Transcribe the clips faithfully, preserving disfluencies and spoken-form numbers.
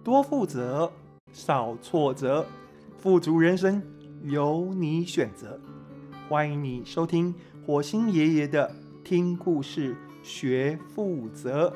多负责，少挫折，富足人生由你选择。欢迎你收听火星爷爷的听故事学负责。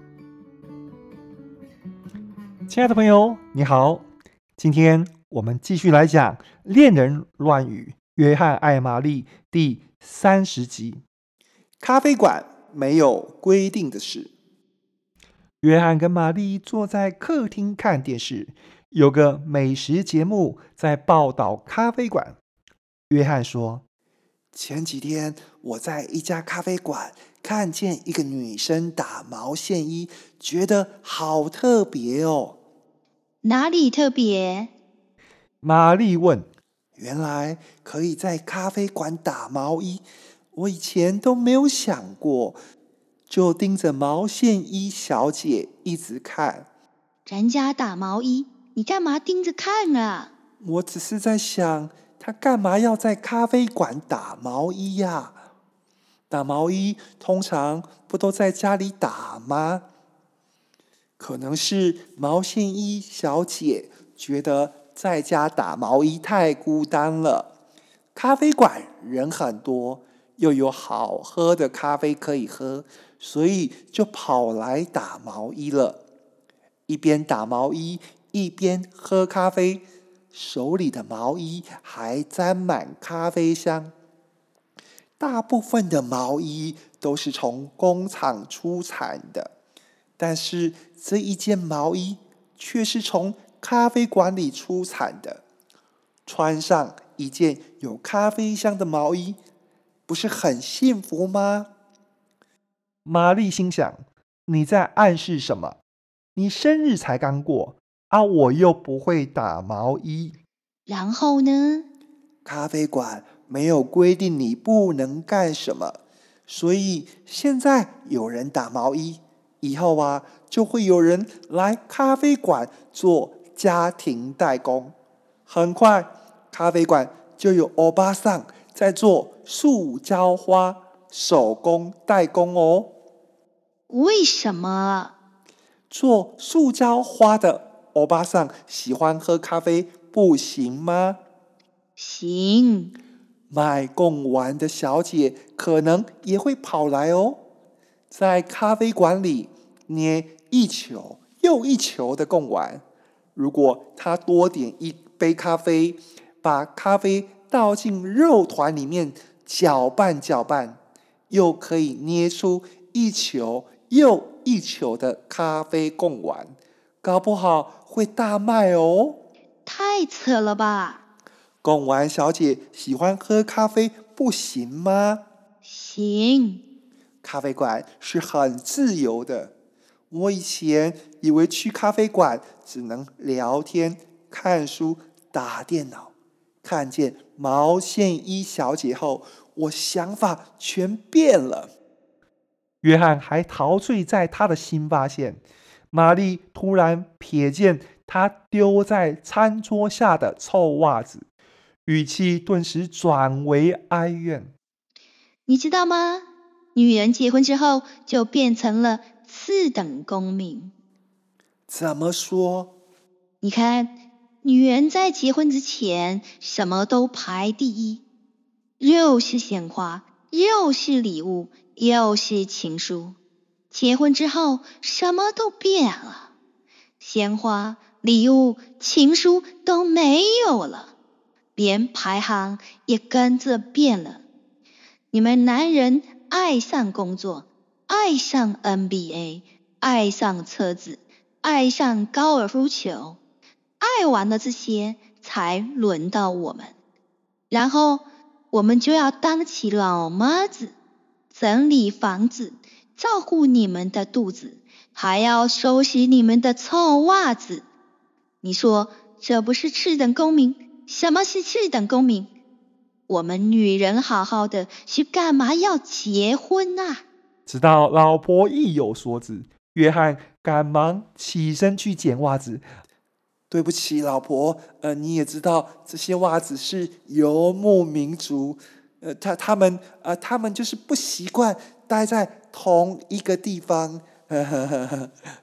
亲爱的朋友，你好，今天我们继续来讲《恋人乱语》约翰爱玛丽第三十集。 咖啡馆没有规定的事。 约翰跟玛丽坐在客厅看电视，有个美食节目在报道咖啡馆。约翰说： 前几天我在一家咖啡馆看见一个女生打毛线衣，觉得好特别哦。 哪里特别？ 玛丽问。 原来可以在咖啡馆打毛衣，我以前都没有想过，就盯着毛线衣小姐一直看。 人家打毛衣，你干嘛盯着看啊？ 我只是在想，她干嘛要在咖啡馆打毛衣呀？打毛衣通常不都在家里打吗？可能是毛线衣小姐觉得在家打毛衣太孤单了，咖啡馆人很多，又有好喝的咖啡可以喝，所以就跑来打毛衣了。一边打毛衣，一边喝咖啡，手里的毛衣还沾满咖啡香。大部分的毛衣都是从工厂出产的，但是这一件毛衣却是从咖啡馆里出产的。穿上一件有咖啡香的毛衣，不是很幸福吗？ 玛丽心想：你在暗示什么？你生日才刚过啊，我又不会打毛衣。 然后呢？ 咖啡馆没有规定你不能干什么，所以现在有人打毛衣，以后啊就会有人来咖啡馆做家庭代工。很快，咖啡馆就有欧巴桑在做塑胶花手工代工哦。 为什么？ 做塑胶花的欧巴桑喜欢喝咖啡，不行吗？ 行。 卖贡丸的小姐可能也会跑来哦，在咖啡馆里捏一球又一球的贡丸。如果她多点一杯咖啡，把咖啡倒进肉团里面搅拌搅拌，又可以捏出一球又一球的咖啡贡丸，搞不好会大卖哦。 太扯了吧！ 贡丸小姐喜欢喝咖啡，不行吗？ 行。 咖啡馆是很自由的。我以前以为去咖啡馆只能聊天、看书、打电脑。看见毛线衣小姐后，我想法全变了。 约翰还陶醉在他的新发现。玛丽突然瞥见他丢在餐桌下的臭袜子，语气顿时转为哀怨。 你知道吗？女人结婚之后就变成了次等公民。 怎么说？ 你看，女人在结婚之前什么都排第一，又是鲜花，又是礼物，又是情书。结婚之后什么都变了，鲜花、礼物、情书都没有了，连排行也跟着变了。你们男人爱上工作，爱上 N B A， 爱上车子，爱上高尔夫球，爱完了这些才轮到我们，然后我们就要当起老妈子，整理房子，照顾你们的肚子，还要收拾你们的臭袜子。你说这不是次等公民？什么是次等公民？我们女人好好的，是干嘛要结婚啊？ 直到老婆意有所指，约翰赶忙起身去捡袜子。 对不起，老婆，呃，你也知道这些袜子是游牧民族，呃，他他们呃，他们就是不习惯待在同一个地方。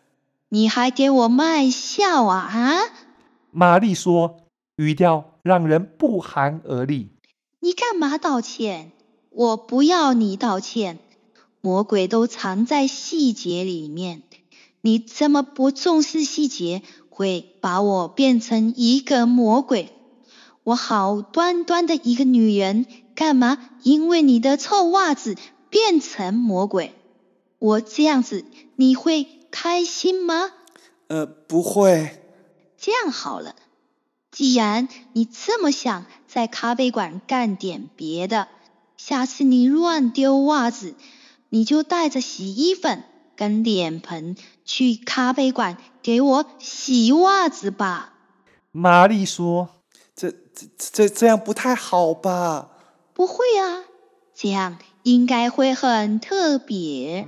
你还给我卖笑啊啊！ 玛丽说，语调让人不寒而栗。 你干嘛道歉？我不要你道歉。魔鬼都藏在细节里面，你这么不重视细节，会把我变成一个魔鬼。我好端端的一个女人，干嘛因为你的臭袜子变成魔鬼？我这样子，你会开心吗？ 呃，不会。 这样好了，既然你这么想在咖啡馆干点别的，下次你乱丢袜子，你就带着洗衣粉跟脸盆去咖啡馆给我洗袜子吧。 玛丽说， 这这这这样不太好吧？ 不会啊，这样应该会很特别。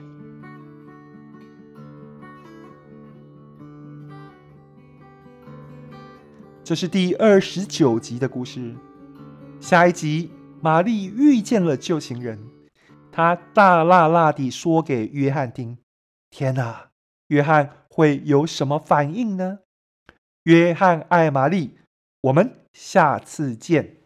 这是第二十九集的故事。下一集，玛丽遇见了旧情人，她大辣辣地说给约翰听：天哪，约翰会有什么反应呢？约翰爱玛丽，我们下次见。